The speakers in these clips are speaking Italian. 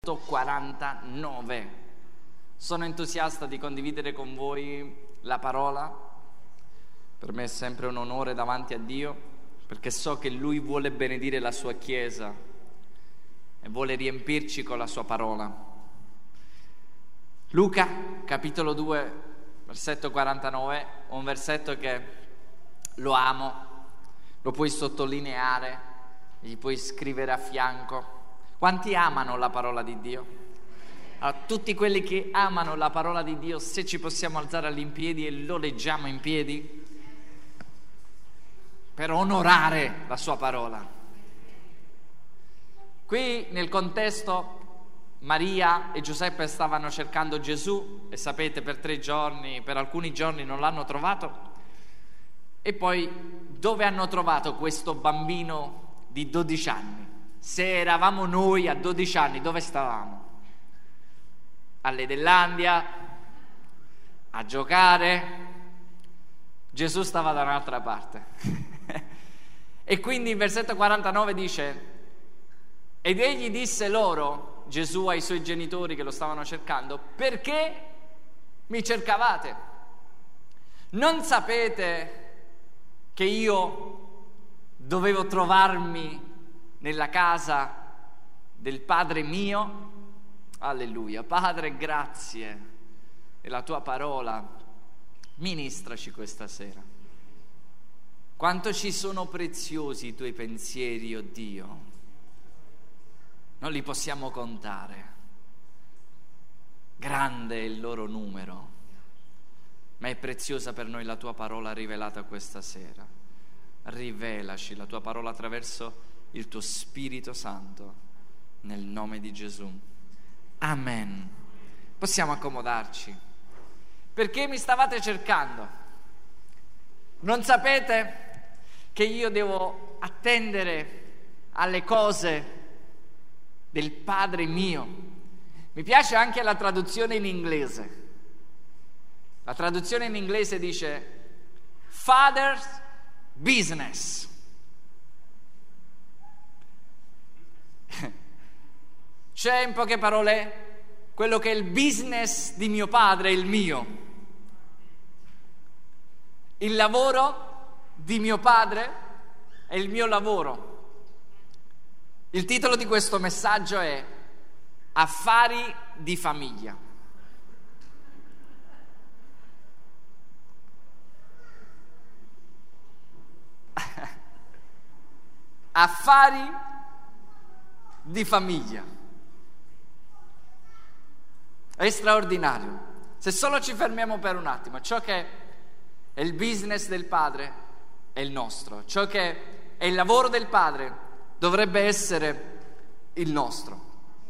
49. Sono entusiasta di condividere con voi la parola. Per me è sempre un onore davanti a Dio, perché so che Lui vuole benedire la sua Chiesa e vuole riempirci con la sua parola. Luca, capitolo 2, versetto 49, un versetto che lo amo, lo puoi sottolineare, gli puoi scrivere a fianco. Quanti amano la parola di Dio? A tutti quelli che amano la parola di Dio, se ci possiamo alzare all'impiedi e lo leggiamo in piedi per onorare la sua parola. Qui nel contesto Maria e Giuseppe stavano cercando Gesù e sapete, per alcuni giorni non l'hanno trovato. E poi dove hanno trovato questo bambino di 12 anni? Se eravamo noi a 12 anni, dove stavamo? All'Edellandia, a giocare. Gesù stava da un'altra parte. E quindi il versetto 49 dice: ed egli disse loro, Gesù ai suoi genitori che lo stavano cercando, perché mi cercavate? Non sapete che io dovevo trovarmi nella casa del Padre mio? Alleluia. Padre, grazie della tua parola, ministraci questa sera. Quanto ci sono preziosi i tuoi pensieri, oh Dio, non li possiamo contare, grande è il loro numero, ma è preziosa per noi la tua parola rivelata questa sera. Rivelaci la tua parola attraverso il tuo Spirito Santo, nel nome di Gesù. Amen. Possiamo accomodarci. Perché mi stavate cercando? Non sapete che io devo attendere alle cose del Padre mio? Mi piace anche la traduzione in inglese. La traduzione in inglese dice Father's business. C'è, in poche parole, quello che è il business di mio padre è il mio. Il lavoro di mio padre è il mio lavoro. Il titolo di questo messaggio è Affari di famiglia. Affari di famiglia. È straordinario. Se solo ci fermiamo per un attimo, ciò che è il business del Padre è il nostro, ciò che è il lavoro del Padre dovrebbe essere il nostro.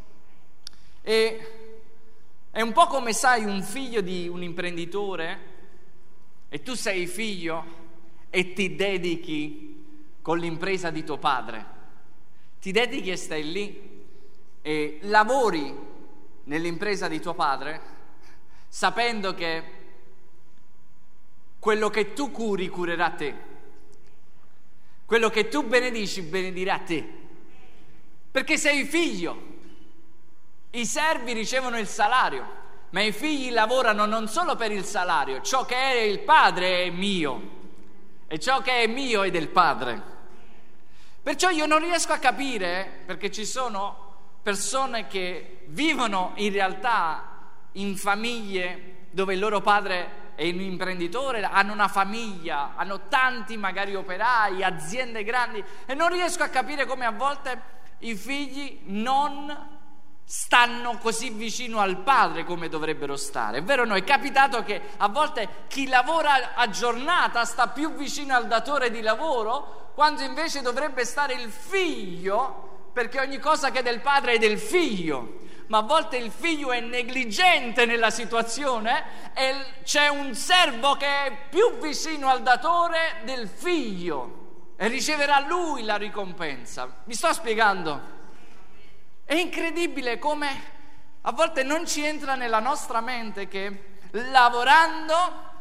E è un po' come, sai, un figlio di un imprenditore, e tu sei figlio e ti dedichi con l'impresa di tuo padre, ti dedichi e stai lì e lavori nell'impresa di tuo padre, sapendo che quello che tu curi curerà te, quello che tu benedici benedirà te, perché sei figlio. I servi ricevono il salario, ma i figli lavorano non solo per il salario. Ciò che è il padre è mio e ciò che è mio è del padre. Perciò io non riesco a capire, perché ci sono persone che vivono in realtà in famiglie dove il loro padre è un imprenditore, hanno una famiglia, hanno tanti magari operai, aziende grandi, e non riesco a capire come a volte i figli non stanno così vicino al padre come dovrebbero stare. È vero, no? È capitato che a volte chi lavora a giornata sta più vicino al datore di lavoro, quando invece dovrebbe stare il figlio, perché ogni cosa che è del padre è del figlio. Ma a volte il figlio è negligente nella situazione e c'è un servo che è più vicino al datore del figlio e riceverà lui la ricompensa. Mi sto spiegando? È incredibile come a volte non ci entra nella nostra mente che lavorando,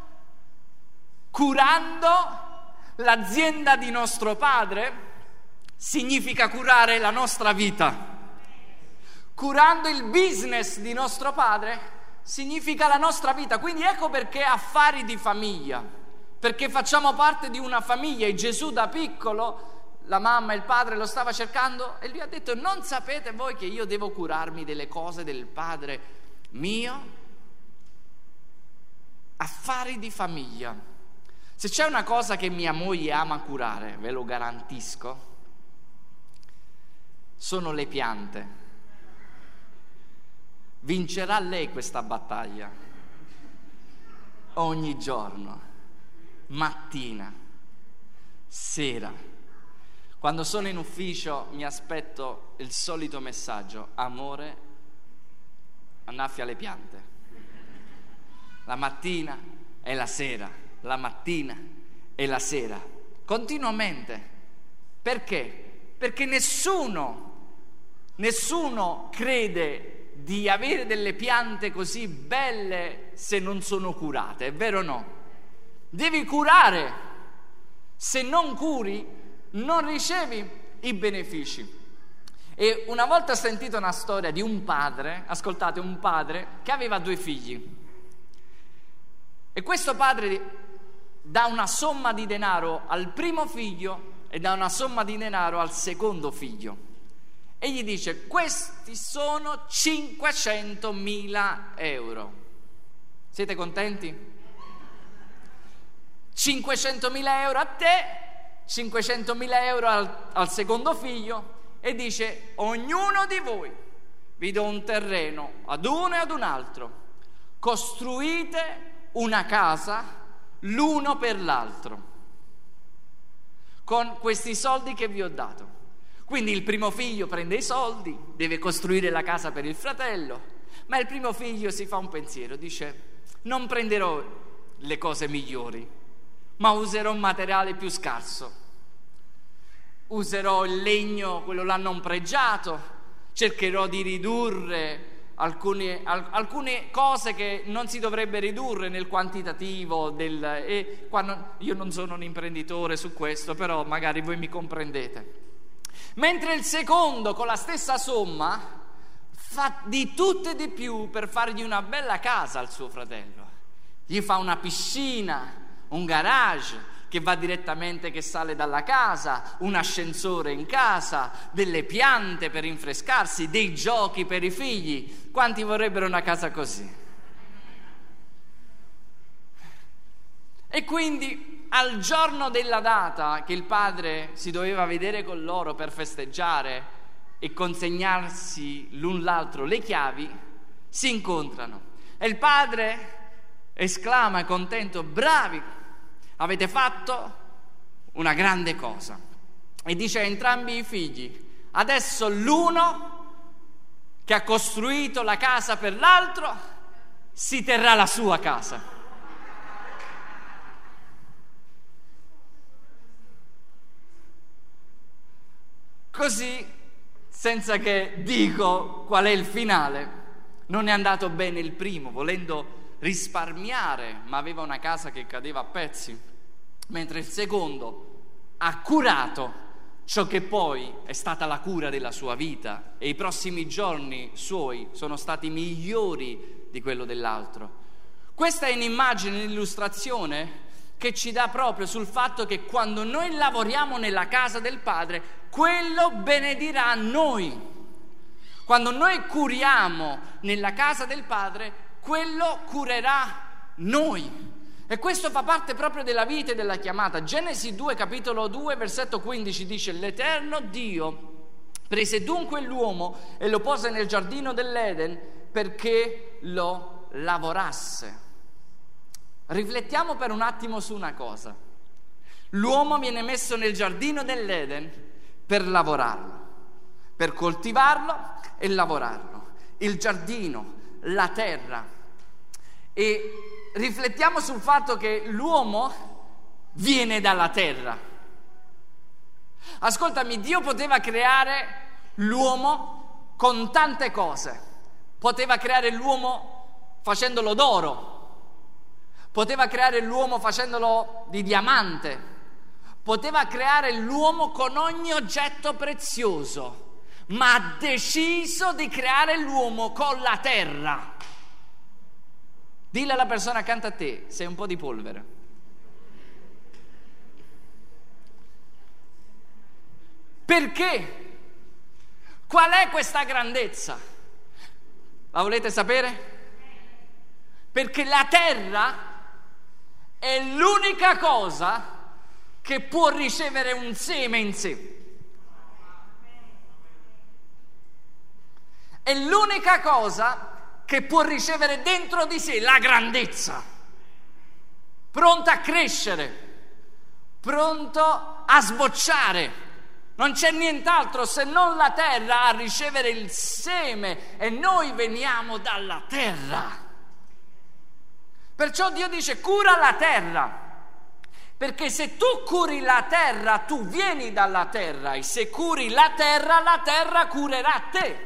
curando l'azienda di nostro padre significa curare la nostra vita. curando il business di nostro padre, significa la nostra vita. Quindi ecco perché affari di famiglia, perché facciamo parte di una famiglia e Gesù da piccolo, la mamma e il padre lo stava cercando e lui ha detto: non sapete voi che io devo curarmi delle cose del Padre mio? Affari di famiglia. Se c'è una cosa che mia moglie ama curare, ve lo garantisco, sono le piante. Vincerà lei questa battaglia ogni giorno, mattina, sera. Quando sono in ufficio mi aspetto il solito messaggio: amore, annaffia le piante. La mattina e la sera, la mattina e la sera, continuamente. Perché? Perché nessuno crede di avere delle piante così belle se non sono curate, è vero o no? Devi curare, se non curi non ricevi i benefici. E una volta ho sentito una storia di un padre, ascoltate, un padre che aveva 2 figli e questo padre dà una somma di denaro al primo figlio e dà una somma di denaro al secondo figlio. E gli dice: questi sono 500.000 euro. Siete contenti? 500.000 euro a te, 500.000 euro al secondo figlio, e dice: ognuno di voi vi do un terreno ad uno e ad un altro, costruite una casa l'uno per l'altro con questi soldi che vi ho dato. Quindi il primo figlio prende i soldi, deve costruire la casa per il fratello, ma il primo figlio si fa un pensiero, dice: non prenderò le cose migliori, ma userò un materiale più scarso, userò il legno, quello là non pregiato, cercherò di ridurre alcune cose che non si dovrebbe ridurre nel quantitativo e qua io non sono un imprenditore su questo, però magari voi mi comprendete. Mentre il secondo, con la stessa somma, fa di tutto e di più per fargli una bella casa al suo fratello. Gli fa una piscina, un garage che va direttamente, che sale dalla casa, un ascensore in casa, delle piante per rinfrescarsi, dei giochi per i figli. Quanti vorrebbero una casa così? E quindi al giorno della data che il padre si doveva vedere con loro per festeggiare e consegnarsi l'un l'altro le chiavi, si incontrano e il padre esclama contento: bravi, avete fatto una grande cosa. E dice a entrambi i figli: adesso l'uno che ha costruito la casa per l'altro si terrà la sua casa. Così, senza che dico qual è il finale, non è andato bene il primo, volendo risparmiare, ma aveva una casa che cadeva a pezzi, mentre il secondo ha curato ciò che poi è stata la cura della sua vita, e i prossimi giorni suoi sono stati migliori di quello dell'altro. Questa è un'immagine, un'illustrazione che ci dà proprio sul fatto che quando noi lavoriamo nella casa del Padre, quello benedirà noi. Quando noi curiamo nella casa del Padre, quello curerà noi. E questo fa parte proprio della vita e della chiamata. Genesi 2, capitolo 2, versetto 15 dice: l'Eterno Dio prese dunque l'uomo e lo pose nel giardino dell'Eden perché lo lavorasse. Riflettiamo per un attimo su una cosa. L'uomo viene messo nel giardino dell'Eden per lavorarlo, per coltivarlo e lavorarlo. Il giardino, la terra. E riflettiamo sul fatto che l'uomo viene dalla terra. Ascoltami, Dio poteva creare l'uomo con tante cose. Poteva creare l'uomo facendolo d'oro, poteva creare l'uomo facendolo di diamante, poteva creare l'uomo con ogni oggetto prezioso, ma ha deciso di creare l'uomo con la terra. Dille alla persona accanto a te: sei un po' di polvere. Perché? Qual è questa grandezza? La volete sapere? Perché la terra è l'unica cosa che può ricevere un seme in sé. È l'unica cosa che può ricevere dentro di sé la grandezza, pronta a crescere, pronto a sbocciare. Non c'è nient'altro se non la terra a ricevere il seme, e noi veniamo dalla terra. Perciò Dio dice: cura la terra, perché se tu curi la terra, tu vieni dalla terra, e se curi la terra curerà te.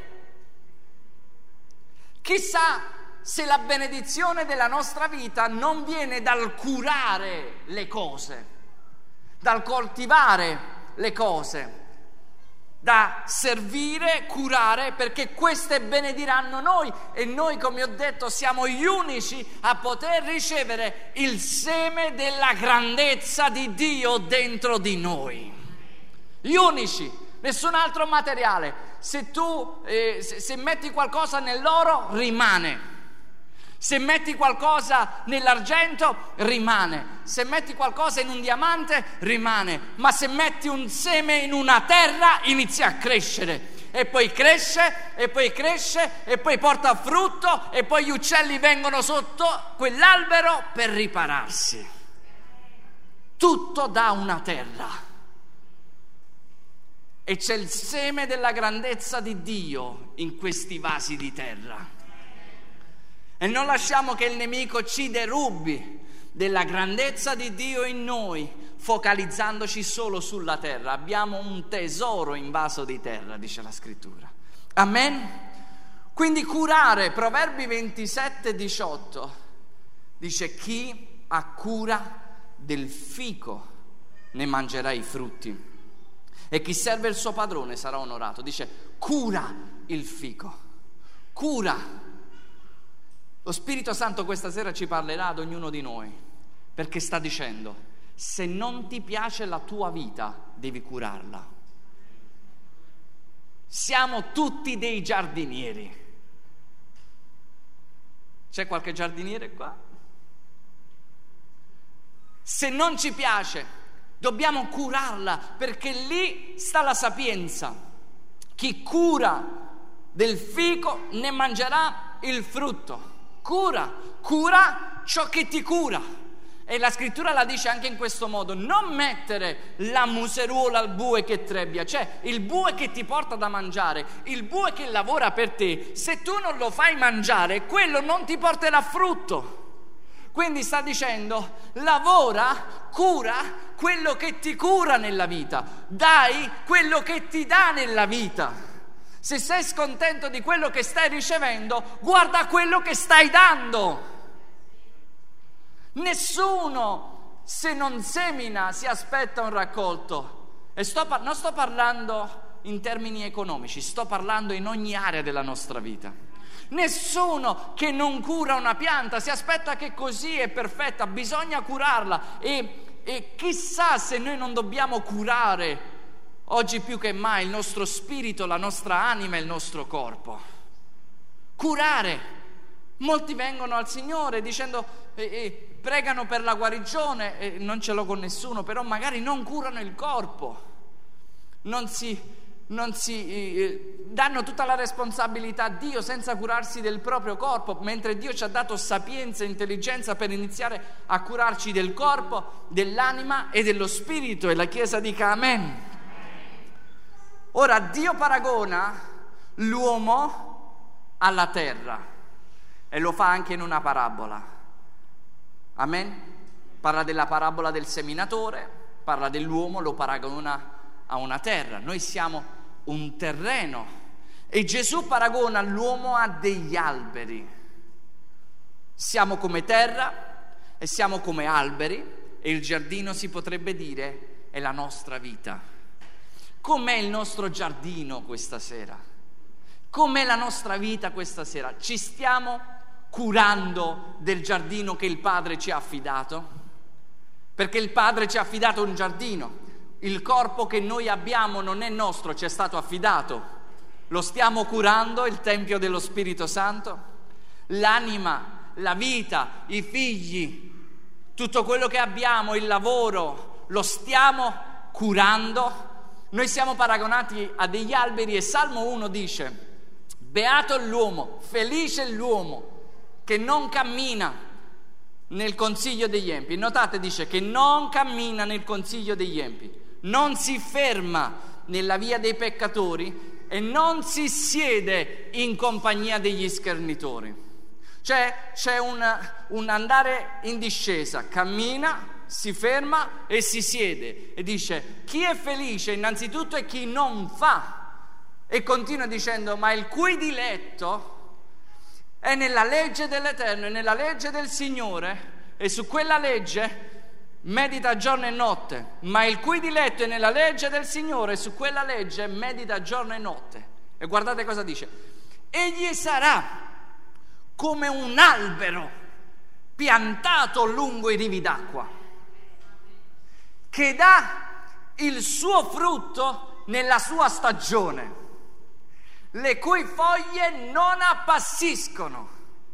Chissà se la benedizione della nostra vita non viene dal curare le cose, dal coltivare le cose, da servire, curare, perché queste benediranno noi, e noi, come ho detto, siamo gli unici a poter ricevere il seme della grandezza di Dio dentro di noi. Gli unici, nessun altro materiale. Se tu se metti qualcosa nell'oro, rimane. Se metti qualcosa nell'argento, rimane. Se metti qualcosa in un diamante, rimane. Ma se metti un seme in una terra, inizia a crescere. E poi cresce, e poi cresce, e poi porta frutto, e poi gli uccelli vengono sotto quell'albero per ripararsi. Tutto da una terra. E c'è il seme della grandezza di Dio in questi vasi di terra. E non lasciamo che il nemico ci derubi della grandezza di Dio in noi, focalizzandoci solo sulla terra. Abbiamo un tesoro in vaso di terra, dice la scrittura. Amen? Quindi curare, Proverbi 27:18 dice: chi ha cura del fico ne mangerà i frutti, e chi serve il suo padrone sarà onorato. Dice: cura il fico, cura. Lo Spirito Santo questa sera ci parlerà ad ognuno di noi, perché sta dicendo: se non ti piace la tua vita, devi curarla. Siamo tutti dei giardinieri. C'è qualche giardiniere qua? Se non ci piace, dobbiamo curarla, perché lì sta la sapienza. Chi cura del fico ne mangerà il frutto. Cura ciò che ti cura. E la scrittura la dice anche in questo modo: non mettere la museruola al bue che trebbia, cioè il bue che ti porta da mangiare, il bue che lavora per te. Se tu non lo fai mangiare, quello non ti porterà frutto. Quindi sta dicendo: lavora, cura quello che ti cura nella vita, dai quello che ti dà nella vita. Se sei scontento di quello che stai ricevendo, guarda quello che stai dando. Nessuno, se non semina, si aspetta un raccolto. E non sto parlando in termini economici, sto parlando in ogni area della nostra vita. Nessuno che non cura una pianta si aspetta che così è perfetta, bisogna curarla. E chissà se noi non dobbiamo curare oggi più che mai il nostro spirito, la nostra anima e il nostro corpo. Curare. Molti vengono al Signore dicendo, pregano per la guarigione, non ce l'ho con nessuno, però magari non curano il corpo, non si danno tutta la responsabilità a Dio senza curarsi del proprio corpo, mentre Dio ci ha dato sapienza e intelligenza per iniziare a curarci del corpo, dell'anima e dello spirito. E la Chiesa dica amen. Ora Dio paragona l'uomo alla terra e lo fa anche in una parabola. Amen? Parla della parabola del seminatore, parla dell'uomo, lo paragona a una terra. Noi siamo un terreno e Gesù paragona l'uomo a degli alberi. Siamo come terra e siamo come alberi, e il giardino, si potrebbe dire, è la nostra vita. Com'è il nostro giardino questa sera? Com'è la nostra vita questa sera? Ci stiamo curando del giardino che il Padre ci ha affidato? Perché il Padre ci ha affidato un giardino. Il corpo che noi abbiamo non è nostro, ci è stato affidato. Lo stiamo curando, il Tempio dello Spirito Santo? L'anima, la vita, i figli, tutto quello che abbiamo, il lavoro, lo stiamo curando? Noi siamo paragonati a degli alberi e Salmo 1 dice: beato l'uomo, felice l'uomo che non cammina nel consiglio degli empi. Notate, dice che non cammina nel consiglio degli empi, non si ferma nella via dei peccatori e non si siede in compagnia degli schernitori. Cioè c'è un andare in discesa, cammina, si ferma e si siede e dice: chi è felice innanzitutto è chi non fa. E continua dicendo: ma il cui diletto è nella legge dell'Eterno, è nella legge del Signore, e su quella legge medita giorno e notte. Ma il cui diletto è nella legge del Signore, e su quella legge medita giorno e notte. E guardate cosa dice: egli sarà come un albero piantato lungo i rivi d'acqua, che dà il suo frutto nella sua stagione, le cui foglie non appassiscono.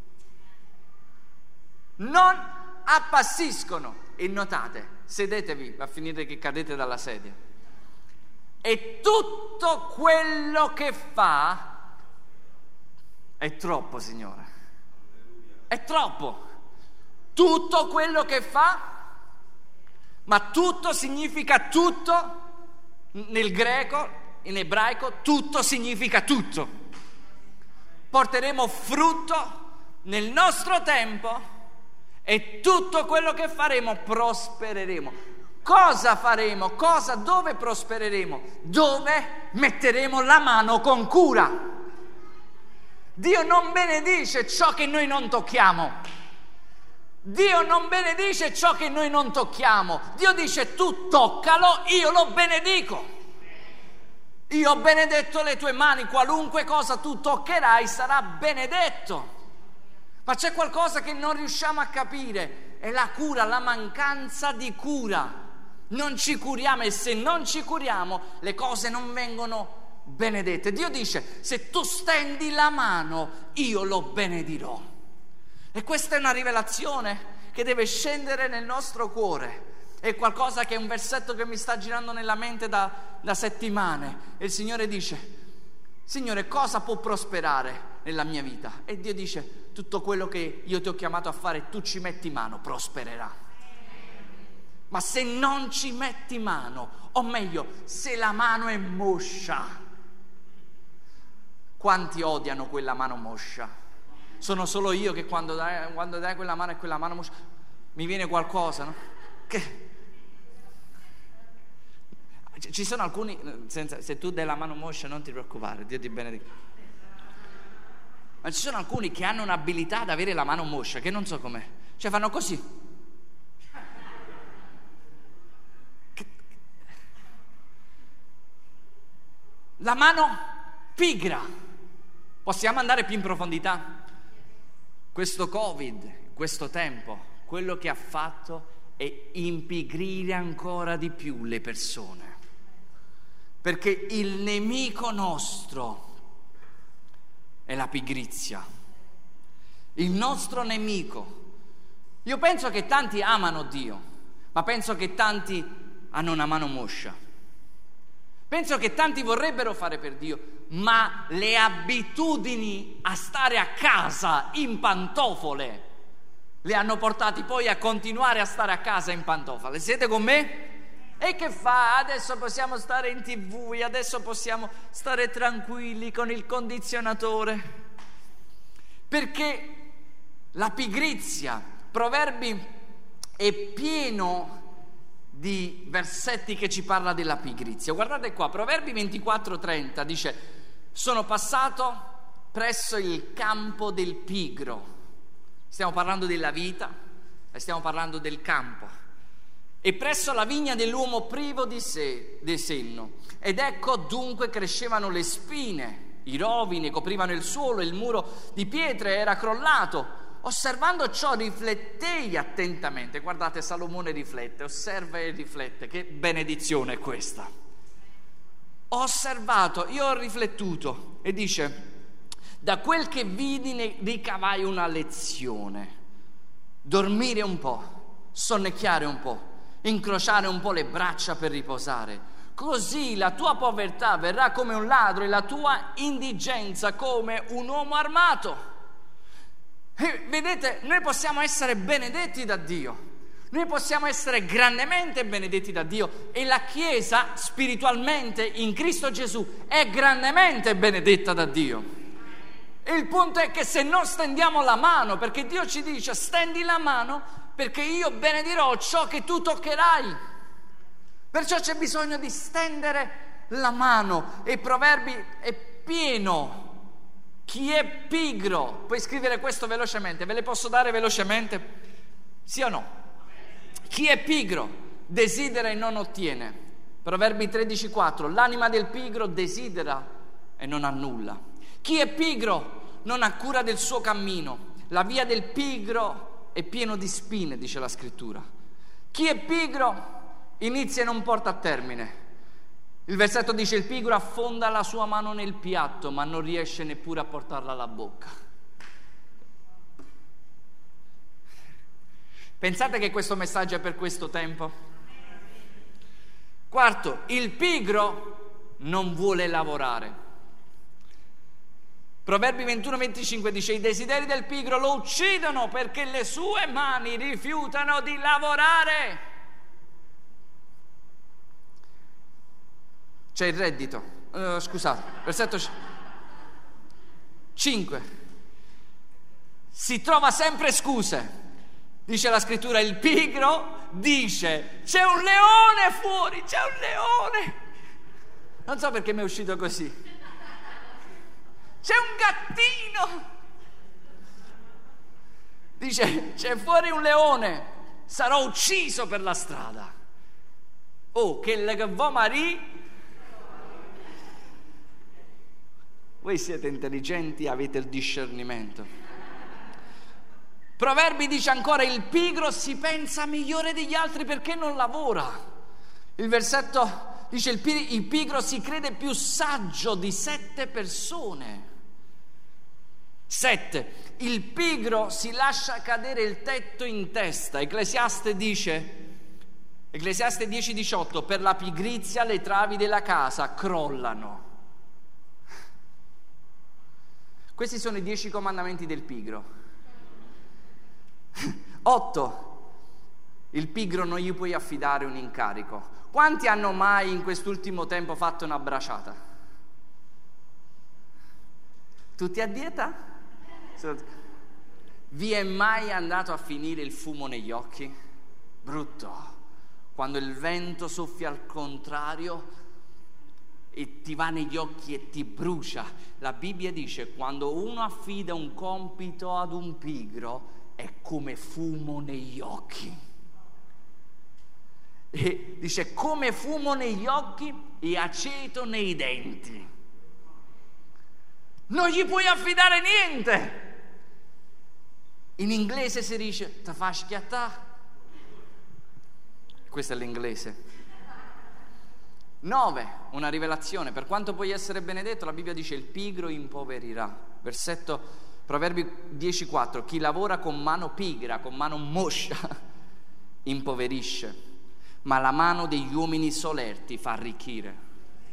Non appassiscono. E notate, sedetevi a finire che cadete dalla sedia. E tutto quello che fa è troppo, Signore. È troppo. Tutto quello che fa, ma tutto significa tutto. Nel greco, in ebraico, tutto significa tutto. Porteremo frutto nel nostro tempo e tutto quello che faremo prospereremo. Cosa faremo? Dove prospereremo? Dove metteremo la mano con cura. Dio non benedice ciò che noi non tocchiamo. Dio non benedice ciò che noi non tocchiamo. Dio dice: tu toccalo, io lo benedico. Io ho benedetto le tue mani, qualunque cosa tu toccherai sarà benedetto. Ma c'è qualcosa che non riusciamo a capire, è la cura, la mancanza di cura. Non ci curiamo, e se non ci curiamo le cose non vengono benedette. Dio dice: se tu stendi la mano io lo benedirò. E questa è una rivelazione che deve scendere nel nostro cuore. È qualcosa che è un versetto che mi sta girando nella mente da settimane. E il Signore dice: Signore, cosa può prosperare nella mia vita? E Dio dice: tutto quello che io ti ho chiamato a fare, tu ci metti mano, prospererà. Ma se non ci metti mano, o meglio, se la mano è moscia, quanti odiano quella mano moscia? Sono solo io che quando dai quella mano e quella mano moscia mi viene qualcosa, no? Ci sono alcuni, se tu dai la mano moscia non ti preoccupare, Dio ti benedica. Ma ci sono alcuni che hanno un'abilità ad avere la mano moscia, che non so com'è. Cioè fanno così. La mano pigra. Possiamo andare più in profondità? Questo Covid, questo tempo, quello che ha fatto è impigrire ancora di più le persone. Perché il nemico nostro è la pigrizia. Il nostro nemico. Io penso che tanti amano Dio, ma penso che tanti hanno una mano moscia. Penso che tanti vorrebbero fare per Dio, ma le abitudini a stare a casa in pantofole li hanno portati poi a continuare a stare a casa in pantofole. Siete con me? E che fa? Adesso possiamo stare in TV, adesso possiamo stare tranquilli con il condizionatore. Perché la pigrizia, Proverbi è pieno di versetti che ci parla della pigrizia. Guardate qua, Proverbi 24:30 dice: sono passato presso il campo del pigro. Stiamo parlando della vita e stiamo parlando del campo. e presso la vigna dell'uomo privo di senno. Ed ecco dunque crescevano le spine, i rovini coprivano il suolo, il muro di pietre era crollato. Osservando ciò riflettei attentamente. Guardate, Salomone riflette, osserva e riflette. Che benedizione è questa! Ho osservato, io ho riflettuto, e dice: da quel che vidi ne ricavai una lezione. Dormire un po', sonnecchiare un po', incrociare un po' le braccia per riposare. Così la tua povertà verrà come un ladro e la tua indigenza come un uomo armato. E vedete, noi possiamo essere benedetti da Dio. Noi possiamo essere grandemente benedetti da Dio, e la Chiesa spiritualmente in Cristo Gesù è grandemente benedetta da Dio. E il punto è che se non stendiamo la mano, perché Dio ci dice: stendi la mano perché io benedirò ciò che tu toccherai. Perciò c'è bisogno di stendere la mano. E Proverbi è pieno. Chi è pigro? Puoi scrivere questo velocemente? Ve le posso dare velocemente? Sì o no? Chi è pigro desidera e non ottiene. Proverbi 13,4. L'anima del pigro desidera e non ha nulla. Chi è pigro non ha cura del suo cammino. La via del pigro è pieno di spine, dice la scrittura. Chi è pigro inizia e non porta a termine. Il versetto dice: il pigro affonda la sua mano nel piatto, ma non riesce neppure a portarla alla bocca. Pensate che questo messaggio è per questo tempo? Quarto, il pigro non vuole lavorare. Proverbi 21,25 dice: i desideri del pigro lo uccidono perché le sue mani rifiutano di lavorare. C'è il reddito. Scusate, versetto 5. Si trova sempre scuse. Dice la scrittura: il pigro dice: c'è un leone fuori, c'è un leone. Non so perché mi è uscito così. C'è un gattino. Dice: c'è fuori un leone, sarò ucciso per la strada. Oh, che le vo marì. Voi siete intelligenti, avete il discernimento. Proverbi dice ancora: il pigro si pensa migliore degli altri perché non lavora. Il versetto dice: il pigro si crede più saggio di 7 persone. 7. Il pigro si lascia cadere il tetto in testa. Ecclesiaste dice, Ecclesiaste 10,18: per la pigrizia le travi della casa crollano. Questi sono i 10 comandamenti del pigro. 8. Il pigro non gli puoi affidare un incarico. Quanti hanno mai in quest'ultimo tempo fatto una braciata? Tutti a dieta? Vi è mai andato a finire il fumo negli occhi? Brutto. Quando il vento soffia al contrario e ti va negli occhi e ti brucia. La Bibbia dice: quando uno affida un compito ad un pigro è come fumo negli occhi. E dice: come fumo negli occhi e aceto nei denti. Non gli puoi affidare niente. In inglese si dice: ti fa schiattare. Questo è l'inglese. 9, una rivelazione: per quanto puoi essere benedetto, la Bibbia dice: il pigro impoverirà. Versetto Proverbi 10,4: chi lavora con mano pigra, con mano moscia, impoverisce, ma la mano degli uomini solerti fa arricchire.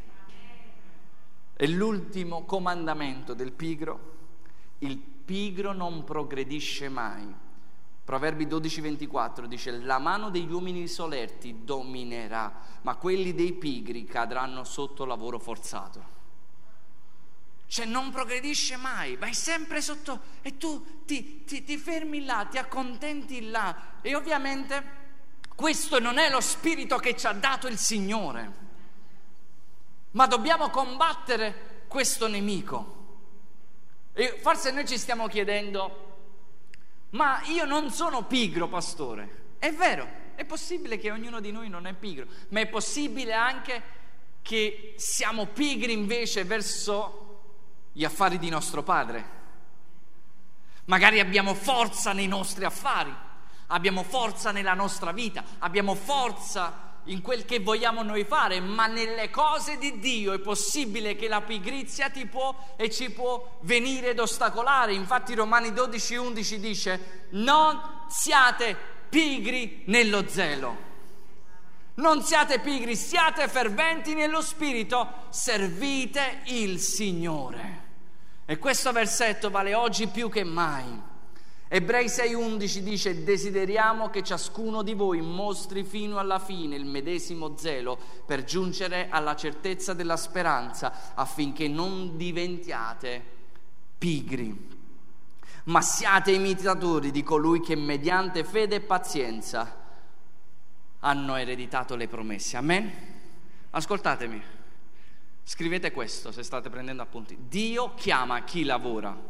E l'ultimo comandamento del pigro: il pigro non progredisce mai. Proverbi 12,24 dice: la mano degli uomini solerti dominerà, ma quelli dei pigri cadranno sotto lavoro forzato. Cioè non progredisce mai, vai sempre sotto, e tu ti fermi là, ti accontenti là. E ovviamente questo non è lo spirito che ci ha dato il Signore, ma dobbiamo combattere questo nemico. E forse noi ci stiamo chiedendo: ma io non sono pigro, pastore. È vero, È possibile che ognuno di noi non è pigro, ma è possibile anche che siamo pigri invece verso gli affari di nostro Padre. Magari abbiamo forza nei nostri affari, abbiamo forza nella nostra vita, abbiamo forza in quel che vogliamo noi fare, ma nelle cose di Dio è possibile che la pigrizia ci può venire ad ostacolare. Infatti Romani 12:11 dice: non siate pigri nello zelo, non siate pigri, siate ferventi nello spirito, servite il Signore. E questo versetto vale oggi più che mai. Ebrei 6:11 dice: desideriamo che ciascuno di voi mostri fino alla fine il medesimo zelo per giungere alla certezza della speranza, affinché non diventiate pigri, ma siate imitatori di colui che mediante fede e pazienza hanno ereditato le promesse. Amen? Ascoltatemi, scrivete questo se state prendendo appunti. Dio chiama chi lavora.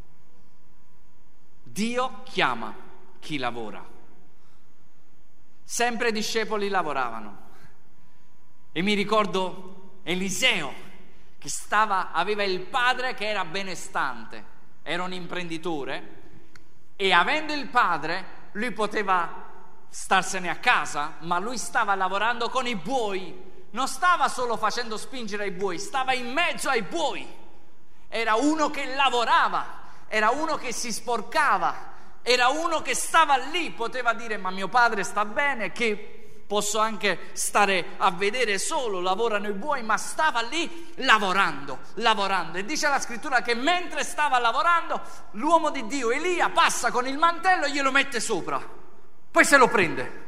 Dio chiama chi lavora. Sempre i discepoli lavoravano. E mi ricordo Eliseo che aveva il padre che era benestante, era un imprenditore, e avendo il padre lui poteva starsene a casa, ma lui stava lavorando con i buoi, non stava solo facendo spingere i buoi, stava in mezzo ai buoi. Era uno che lavorava, era uno che si sporcava, era uno che stava lì, poteva dire: ma mio padre sta bene, che posso anche stare a vedere solo, lavorano i buoi, ma stava lì lavorando. E dice la scrittura che mentre stava lavorando, l'uomo di Dio Elia passa con il mantello e glielo mette sopra, poi se lo prende.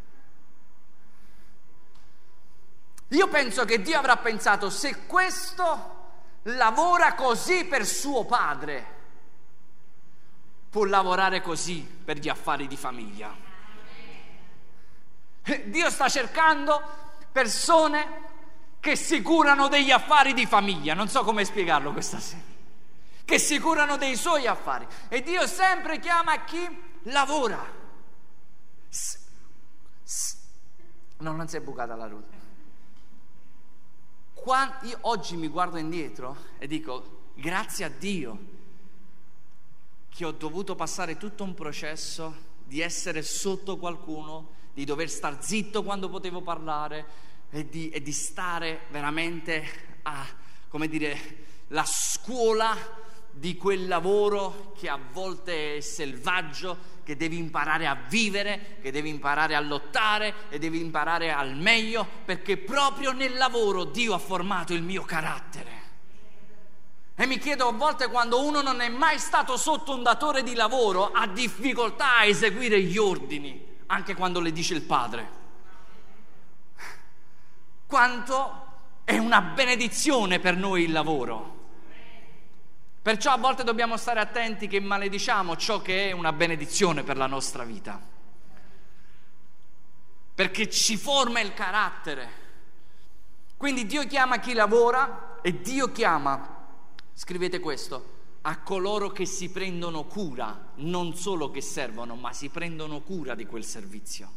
Io penso che Dio avrà pensato: se questo lavora così per suo padre, può lavorare così per gli affari di famiglia. Dio sta cercando persone che si curano degli affari di famiglia, non so come spiegarlo questa sera, che si curano dei suoi affari. E Dio sempre chiama chi lavora. No, non si è bucata la ruota. Io oggi mi guardo indietro e dico: grazie a Dio che ho dovuto passare tutto un processo di essere sotto qualcuno, di dover star zitto quando potevo parlare e di stare veramente a, come dire, la scuola di quel lavoro che a volte è selvaggio, che devi imparare a vivere, che devi imparare a lottare e devi imparare al meglio, perché proprio nel lavoro Dio ha formato il mio carattere. E mi chiedo a volte, quando uno non è mai stato sotto un datore di lavoro, ha difficoltà a eseguire gli ordini, anche quando le dice il padre. Quanto è una benedizione per noi il lavoro. Perciò a volte dobbiamo stare attenti che malediciamo ciò che è una benedizione per la nostra vita, perché ci forma il carattere. Quindi Dio chiama chi lavora e Dio chiama, scrivete questo, a coloro che si prendono cura, non solo che servono, ma si prendono cura di quel servizio.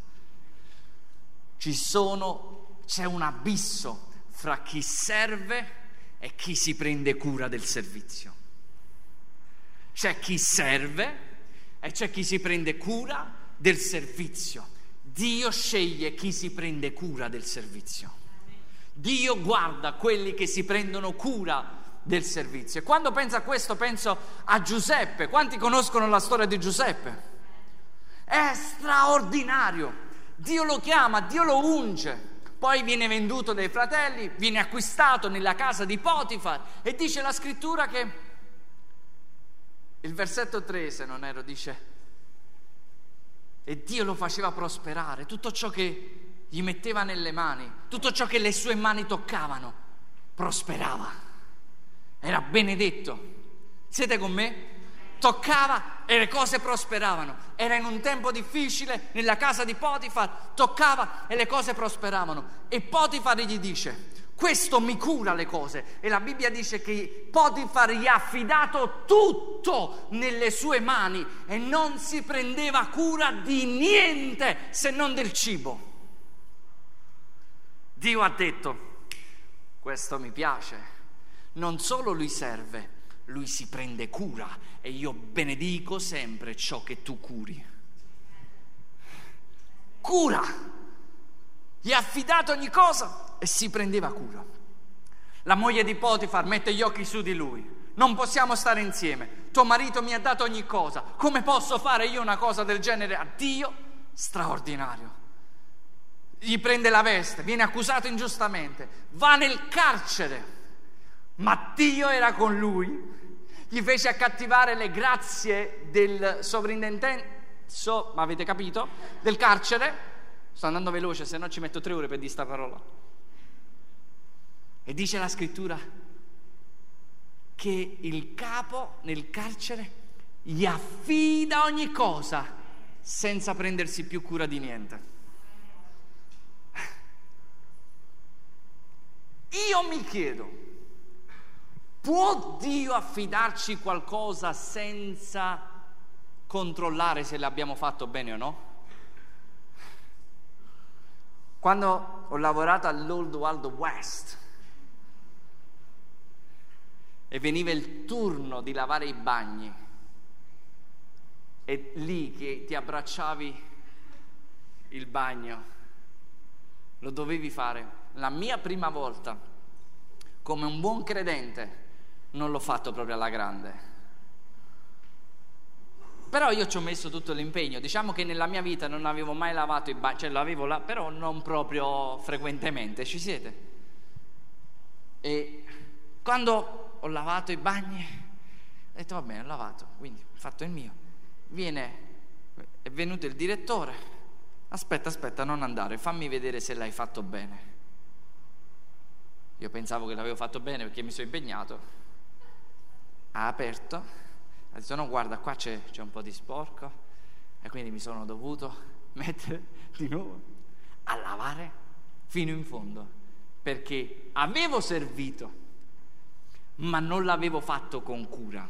C'è un abisso fra chi serve e chi si prende cura del servizio. C'è chi serve e c'è chi si prende cura del servizio. Dio sceglie chi si prende cura del servizio. Dio guarda quelli che si prendono cura del servizio. E quando penso a questo penso a Giuseppe. Quanti conoscono la storia di Giuseppe? È straordinario. Dio lo chiama, Dio lo unge, poi viene venduto dai fratelli, viene acquistato nella casa di Potifar, e dice la scrittura che il versetto 3, se non erro, dice: e Dio lo faceva prosperare, tutto ciò che gli metteva nelle mani, tutto ciò che le sue mani toccavano prosperava, era benedetto. Siete con me? Toccava e le cose prosperavano. Era in un tempo difficile, nella casa di Potifar, toccava e le cose prosperavano. E Potifar gli dice: Questo mi cura le cose. E la Bibbia dice che Potifar gli ha affidato tutto nelle sue mani e non si prendeva cura di niente se non del cibo. Dio ha detto: questo mi piace. Non solo lui serve, lui si prende cura, e io benedico sempre ciò che tu curi. Cura! Gli ha affidato ogni cosa e si prendeva cura. La moglie di Potifar mette gli occhi su di lui: non possiamo stare insieme, tuo marito mi ha dato ogni cosa, come posso fare io una cosa del genere a Dio? Straordinario. Gli prende la veste, viene accusato ingiustamente, va nel carcere, ma Dio era con lui, gli fece accattivare le grazie del sovrintendente, ma avete capito? Del carcere. Sto andando veloce, se no ci metto 3 ore per dire sta parola. E dice la scrittura che il capo nel carcere gli affida ogni cosa senza prendersi più cura di niente. Io mi chiedo, può Dio affidarci qualcosa senza controllare se l'abbiamo fatto bene o no? Quando ho lavorato all'Old Wild West e veniva il turno di lavare i bagni, e lì che ti abbracciavi il bagno, lo dovevi fare. La mia prima volta, come un buon credente, non l'ho fatto proprio alla grande. Però io ci ho messo tutto l'impegno. Diciamo che nella mia vita non avevo mai lavato i bagni, cioè l'avevo là, però non proprio frequentemente, ci siete? E quando ho lavato i bagni, ho detto: va bene, ho lavato, quindi ho fatto il mio. È venuto il direttore: aspetta, non andare, fammi vedere se l'hai fatto bene. Io pensavo che l'avevo fatto bene perché mi sono impegnato. Ha aperto, ha detto: no, guarda, qua c'è un po' di sporco, e quindi mi sono dovuto mettere di nuovo a lavare fino in fondo, perché avevo servito, ma non l'avevo fatto con cura.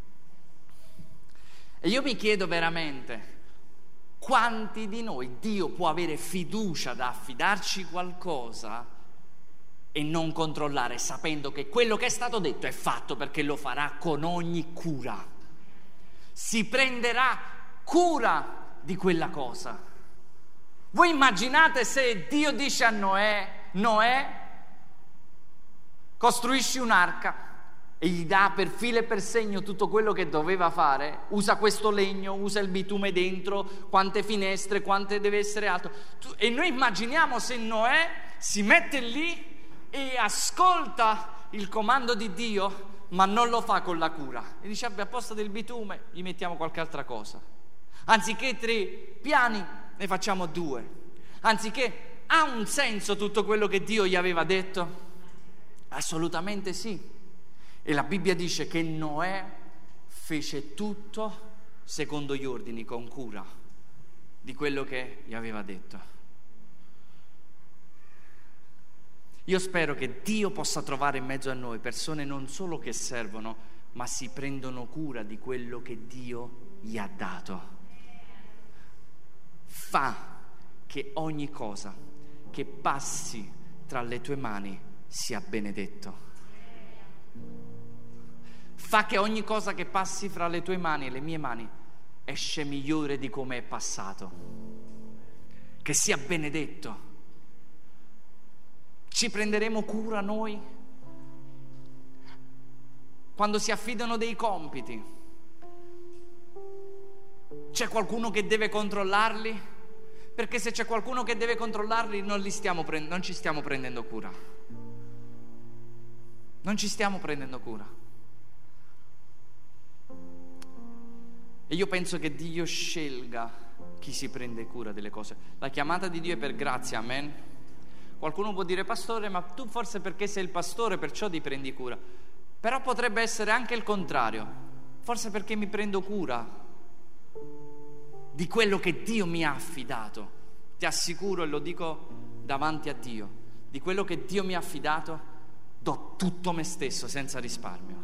E io mi chiedo veramente, quanti di noi Dio può avere fiducia da affidarci qualcosa e non controllare, sapendo che quello che è stato detto è fatto, perché lo farà con ogni cura. Si prenderà cura di quella cosa. Voi immaginate se Dio dice a Noè, costruisci un'arca, e gli dà per filo e per segno tutto quello che doveva fare, usa questo legno, usa il bitume dentro, quante finestre, quante deve essere alto. E noi immaginiamo se Noè si mette lì e ascolta il comando di Dio, ma non lo fa con la cura, e dice: a posto del bitume gli mettiamo qualche altra cosa, anziché 3 piani ne facciamo 2, anziché. Ha un senso tutto quello che Dio gli aveva detto? Assolutamente sì. E la Bibbia dice che Noè fece tutto secondo gli ordini, con cura di quello che gli aveva detto. Io spero che Dio possa trovare in mezzo a noi persone non solo che servono, ma si prendono cura di quello che Dio gli ha dato. Fa che ogni cosa che passi tra le tue mani sia benedetto. Fa che ogni cosa che passi fra le tue mani e le mie mani esce migliore di come è passato. Che sia benedetto. Ci prenderemo cura noi? Quando si affidano dei compiti, c'è qualcuno che deve controllarli? Perché se c'è qualcuno che deve controllarli non ci stiamo prendendo cura. Non ci stiamo prendendo cura. E io penso che Dio scelga chi si prende cura delle cose. La chiamata di Dio è per grazia, amen. Qualcuno può dire: pastore, ma tu forse perché sei il pastore perciò ti prendi cura. Però potrebbe essere anche il contrario, forse perché mi prendo cura di quello che Dio mi ha affidato. Ti assicuro, e lo dico davanti a Dio, di quello che Dio mi ha affidato, do tutto me stesso senza risparmio.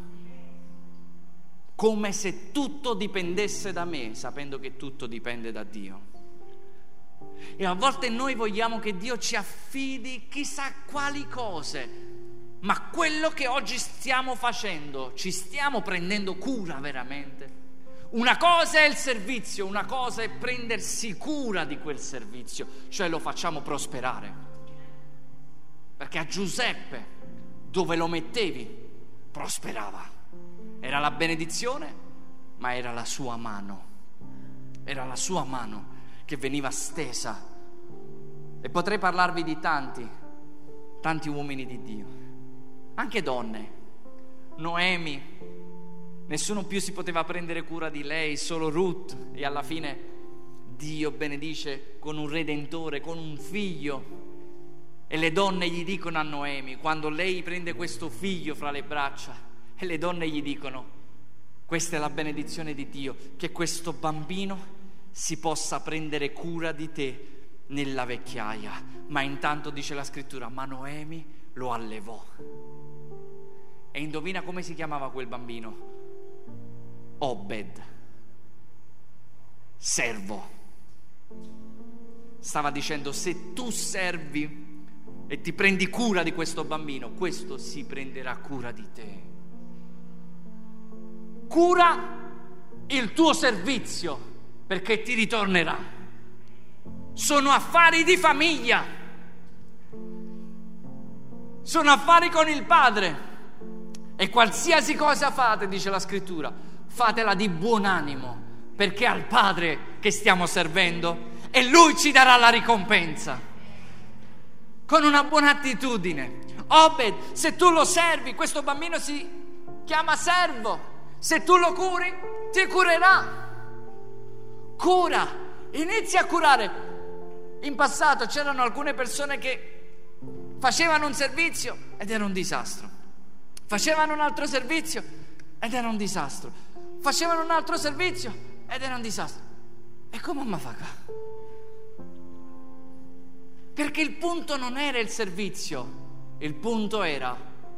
Come se tutto dipendesse da me, sapendo che tutto dipende da Dio. E a volte noi vogliamo che Dio ci affidi chissà quali cose, ma quello che oggi stiamo facendo, ci stiamo prendendo cura veramente? Una cosa è il servizio, una cosa è prendersi cura di quel servizio, cioè lo facciamo prosperare. Perché a Giuseppe, dove lo mettevi, prosperava. Era la benedizione, ma era la sua mano. Era la sua mano che veniva stesa. E potrei parlarvi di tanti uomini di Dio, anche donne. Noemi, nessuno più si poteva prendere cura di lei, solo Ruth, e alla fine Dio benedice con un redentore, con un figlio. E le donne gli dicono a Noemi, quando lei prende questo figlio fra le braccia, e le donne gli dicono: questa è la benedizione di Dio, che questo bambino si possa prendere cura di te nella vecchiaia. Ma intanto dice la scrittura, ma Noemi lo allevò. E indovina come si chiamava quel bambino? Obed, servo. Stava dicendo: se tu servi e ti prendi cura di questo bambino, questo si prenderà cura di te. Cura il tuo servizio, perché ti ritornerà. Sono affari di famiglia, sono affari con il Padre, e qualsiasi cosa fate, dice la scrittura, fatela di buon animo, perché al Padre che stiamo servendo, e Lui ci darà la ricompensa. Con una buona attitudine. Obed, se tu lo servi, questo bambino si chiama servo, se tu lo curi, ti curerà. Cura, inizia a curare. In passato c'erano alcune persone che facevano un servizio ed era un disastro, facevano un altro servizio ed era un disastro, facevano un altro servizio ed era un disastro. E come mi fa qua? Perché il punto non era il servizio, il punto era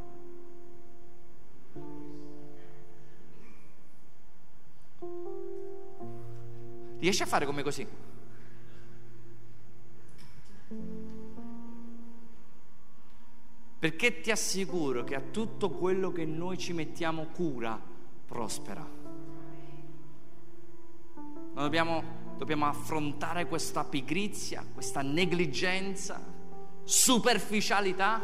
riesci a fare come così? Perché ti assicuro che a tutto quello che noi ci mettiamo cura prospera. Non dobbiamo affrontare questa pigrizia, questa negligenza, superficialità.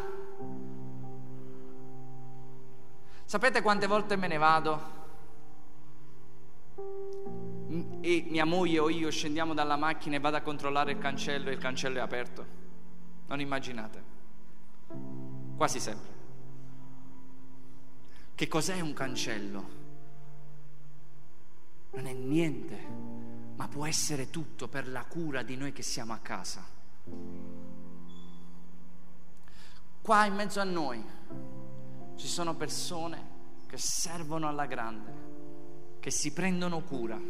Sapete quante volte me ne vado e mia moglie o io scendiamo dalla macchina e vado a controllare il cancello e il cancello è aperto? Non immaginate, quasi sempre. Che cos'è un cancello? Non è niente, ma può essere tutto per la cura di noi che siamo a casa. Qua in mezzo a noi ci sono persone che servono alla grande, che si prendono cura,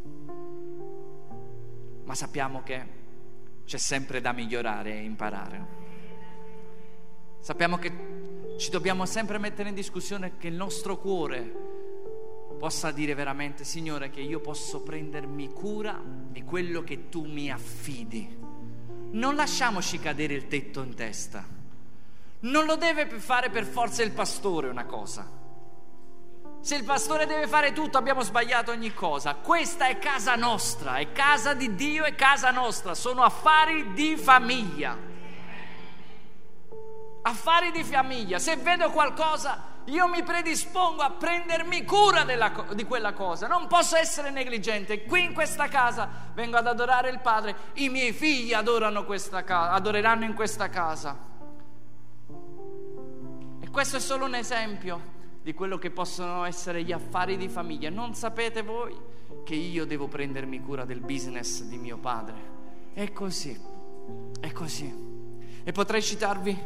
ma sappiamo che c'è sempre da migliorare e imparare. Sappiamo che ci dobbiamo sempre mettere in discussione, che il nostro cuore possa dire veramente: Signore, che io posso prendermi cura di quello che tu mi affidi. Non lasciamoci cadere il tetto in testa. Non lo deve fare per forza il pastore una cosa. Se il pastore deve fare tutto, abbiamo sbagliato ogni cosa. Questa è casa nostra, è casa di Dio, è casa nostra. Sono affari di famiglia. Affari di famiglia. Se vedo qualcosa, io mi predispongo a prendermi cura di quella cosa. Non posso essere negligente. Qui in questa casa vengo ad adorare il Padre, i miei figli adoreranno in questa casa. E questo è solo un esempio di quello che possono essere gli affari di famiglia. Non sapete voi che io devo prendermi cura del business di mio padre? È così, è così. E potrei citarvi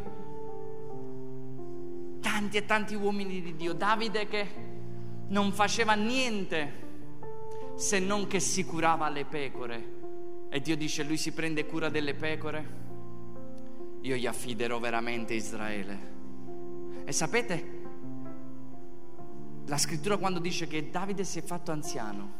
tanti e tanti uomini di Dio. Davide, che non faceva niente se non che si curava le pecore, e Dio dice: lui si prende cura delle pecore. io gli affiderò veramente Israele. E sapete, la scrittura quando dice che Davide si è fatto anziano,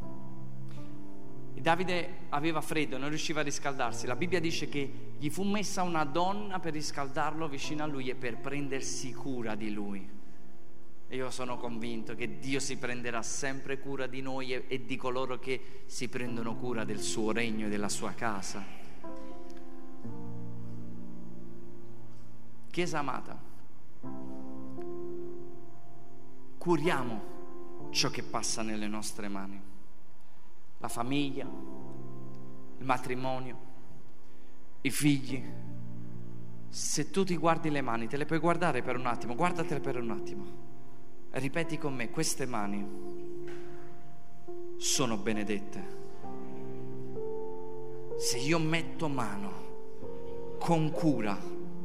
e Davide aveva freddo, non riusciva a riscaldarsi, la Bibbia dice che gli fu messa una donna per riscaldarlo vicino a lui e per prendersi cura di lui. E io sono convinto che Dio si prenderà sempre cura di noi e di coloro che si prendono cura del suo regno e della sua casa. Chiesa amata, curiamo ciò che passa nelle nostre mani. La famiglia, il matrimonio, i figli. Se tu ti guardi le mani, te le puoi guardare per un attimo, guardatele per un attimo e ripeti con me: queste mani sono benedette. Se io metto mano con cura,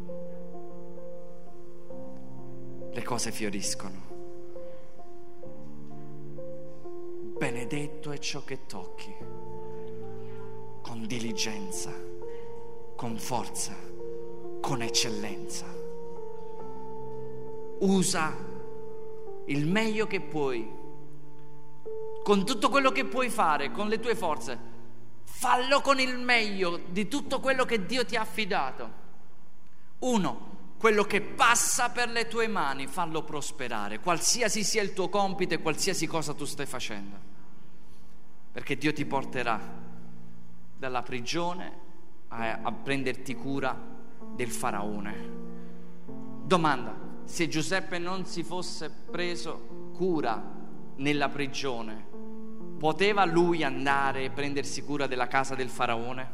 le cose fioriscono. Benedetto è ciò che tocchi, con diligenza, con forza, con eccellenza. Usa il meglio che puoi, con tutto quello che puoi fare, con le tue forze. Fallo con il meglio di tutto quello che Dio ti ha affidato. 1. Quello che passa per le tue mani, fallo prosperare, qualsiasi sia il tuo compito e qualsiasi cosa tu stai facendo. Perché Dio ti porterà dalla prigione a prenderti cura del faraone. Domanda: se Giuseppe non si fosse preso cura nella prigione, poteva lui andare e prendersi cura della casa del faraone?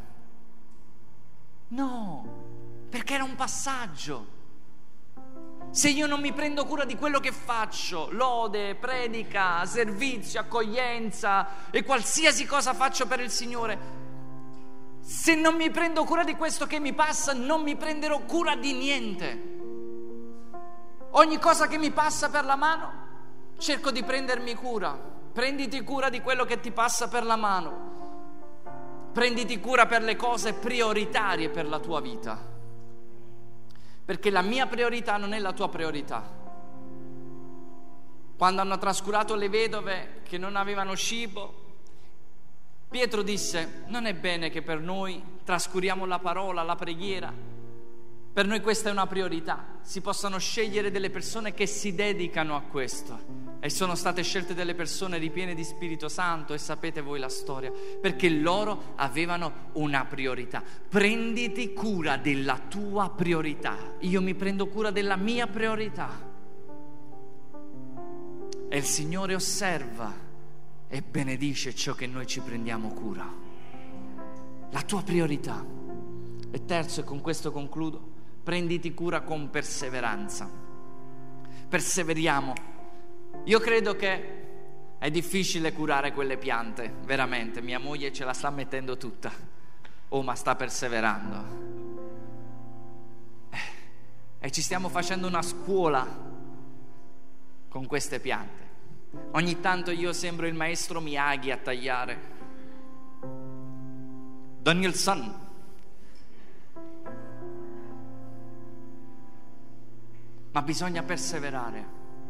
No, perché era un passaggio. Se io non mi prendo cura di quello che faccio, lode, predica, servizio, accoglienza e qualsiasi cosa faccio per il Signore, se non mi prendo cura di questo che mi passa, non mi prenderò cura di niente. Ogni cosa che mi passa per la mano, cerco di prendermi cura. Prenditi cura di quello che ti passa per la mano. Prenditi cura per le cose prioritarie per la tua vita. Perché la mia priorità non è la tua priorità. Quando hanno trascurato le vedove che non avevano cibo, Pietro disse: non è bene che per noi trascuriamo la parola, la preghiera. Per noi questa è una priorità. Si possono scegliere delle persone che si dedicano a questo. E sono state scelte delle persone ripiene di Spirito Santo, e sapete voi la storia, perché loro avevano una priorità. Prenditi cura della tua priorità. Io mi prendo cura della mia priorità. E il Signore osserva e benedice ciò che noi ci prendiamo cura. La tua priorità. E terzo, e con questo concludo, prenditi cura con perseveranza. Perseveriamo. Io credo che è difficile curare quelle piante, veramente. Mia moglie ce la sta mettendo tutta. Oh, ma sta perseverando. E ci stiamo facendo una scuola con queste piante. Ogni tanto io sembro il maestro Miyagi a tagliare. Daniel-san. Ma bisogna perseverare.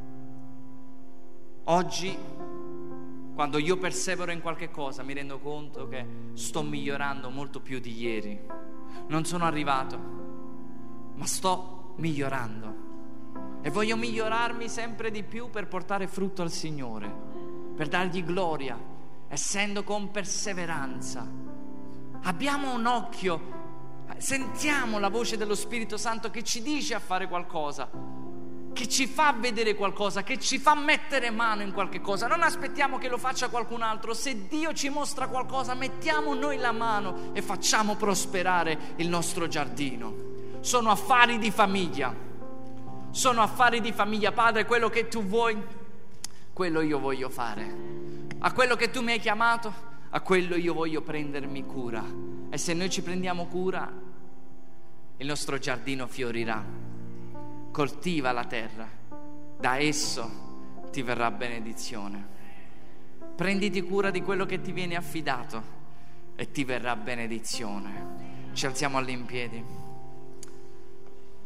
Oggi, quando io persevero in qualche cosa, mi rendo conto che sto migliorando molto più di ieri. Non sono arrivato, ma sto migliorando. E voglio migliorarmi sempre di più per portare frutto al Signore, per dargli gloria, essendo con perseveranza. Abbiamo un occhio, sentiamo la voce dello Spirito Santo che ci dice a fare qualcosa, che ci fa vedere qualcosa, che ci fa mettere mano in qualche cosa. Non aspettiamo che lo faccia qualcun altro. Se Dio ci mostra qualcosa, mettiamo noi la mano e facciamo prosperare il nostro giardino. Sono affari di famiglia. Sono affari di famiglia. Padre, quello che tu vuoi, quello io voglio fare. A quello che tu mi hai chiamato, a quello io voglio prendermi cura. E se noi ci prendiamo cura, il nostro giardino fiorirà. Coltiva la terra, da esso ti verrà benedizione. Prenditi cura di quello che ti viene affidato e ti verrà benedizione. Ci alziamo all'impiedi.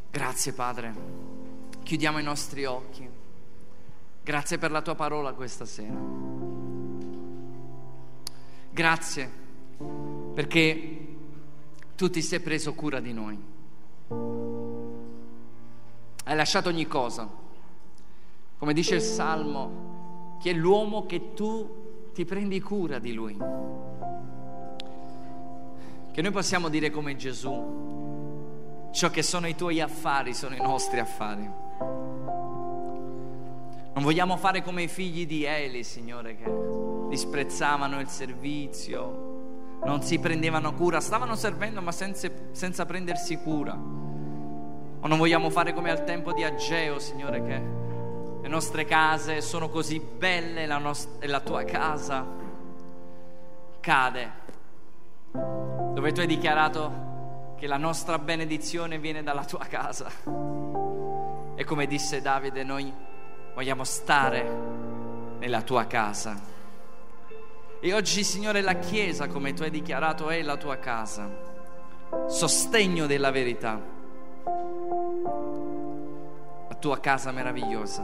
Grazie Padre, chiudiamo i nostri occhi. Grazie per la tua parola questa sera. Grazie perché tu ti sei preso cura di noi. Hai lasciato ogni cosa. Come dice il Salmo, chi è l'uomo che tu ti prendi cura di lui? Che noi possiamo dire come Gesù: ciò che sono i tuoi affari sono i nostri affari. Non vogliamo fare come i figli di Eli, Signore, che disprezzavano il servizio, non si prendevano cura, stavano servendo ma senza prendersi cura. O non vogliamo fare come al tempo di Ageo, Signore, che le nostre case sono così belle e la tua casa cade, dove tu hai dichiarato che la nostra benedizione viene dalla tua casa. E come disse Davide, noi vogliamo stare nella tua casa. E oggi, Signore, la Chiesa, come tu hai dichiarato, è la tua casa, sostegno della verità, la tua casa meravigliosa.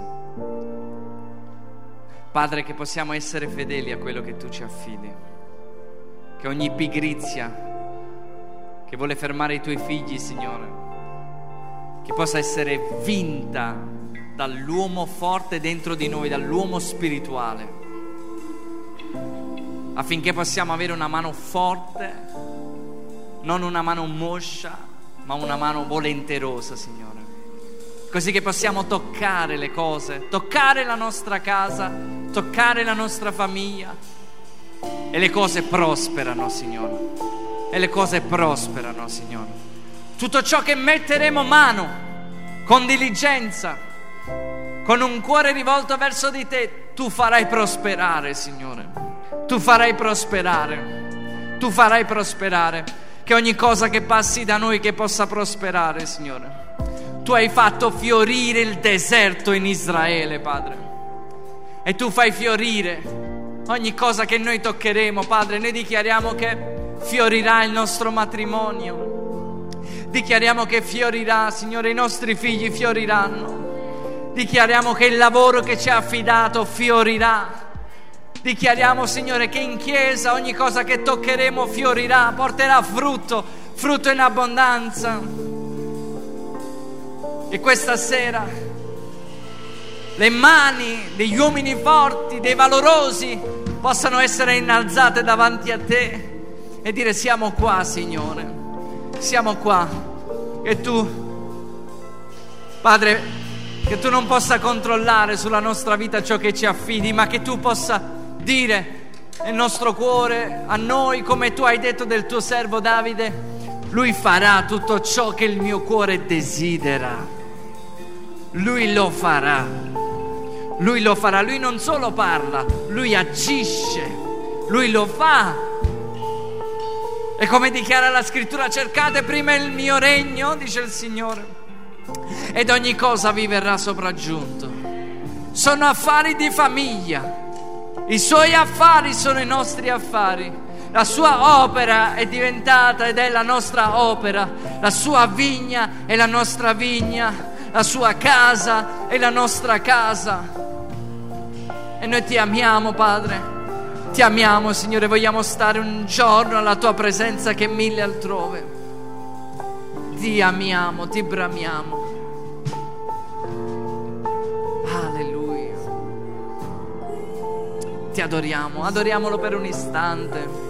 Padre, che possiamo essere fedeli a quello che tu ci affidi, che ogni pigrizia che vuole fermare i tuoi figli, Signore, che possa essere vinta dall'uomo forte dentro di noi, dall'uomo spirituale, affinché possiamo avere una mano forte, non una mano moscia, ma una mano volenterosa, Signore, così che possiamo toccare le cose, toccare la nostra casa, toccare la nostra famiglia, e le cose prosperano, Signore. E le cose prosperano, Signore. Tutto ciò che metteremo mano con diligenza, con un cuore rivolto verso di te, tu farai prosperare, Signore. Tu farai prosperare. Tu farai prosperare. Che ogni cosa che passi da noi che possa prosperare, Signore. Tu hai fatto fiorire il deserto in Israele, Padre, e tu fai fiorire ogni cosa che noi toccheremo, Padre. Noi dichiariamo che fiorirà il nostro matrimonio, dichiariamo che fiorirà, Signore, i nostri figli fioriranno, dichiariamo che il lavoro che ci ha affidato fiorirà, dichiariamo, Signore, che in chiesa ogni cosa che toccheremo fiorirà, porterà frutto in abbondanza. E questa sera le mani degli uomini forti, dei valorosi, possano essere innalzate davanti a te e dire: siamo qua, Signore, siamo qua. E tu, Padre, che tu non possa controllare sulla nostra vita ciò che ci affidi, ma che tu possa dire nel nostro cuore a noi, come tu hai detto del tuo servo Davide: lui farà tutto ciò che il mio cuore desidera. Lui lo farà. Lui lo farà. Lui non solo parla, lui agisce, lui lo fa. E come dichiara la scrittura: cercate prima il mio regno, dice il Signore, ed ogni cosa vi verrà sopraggiunto. Sono affari di famiglia, i suoi affari sono i nostri affari, la sua opera è diventata ed è la nostra opera, la sua vigna è la nostra vigna, la sua casa è la nostra casa. E noi ti amiamo, Padre. Ti amiamo, Signore, vogliamo stare un giorno alla tua presenza che mille altrove. Ti amiamo, ti bramiamo. Alleluia. Ti adoriamo, adoriamolo per un istante.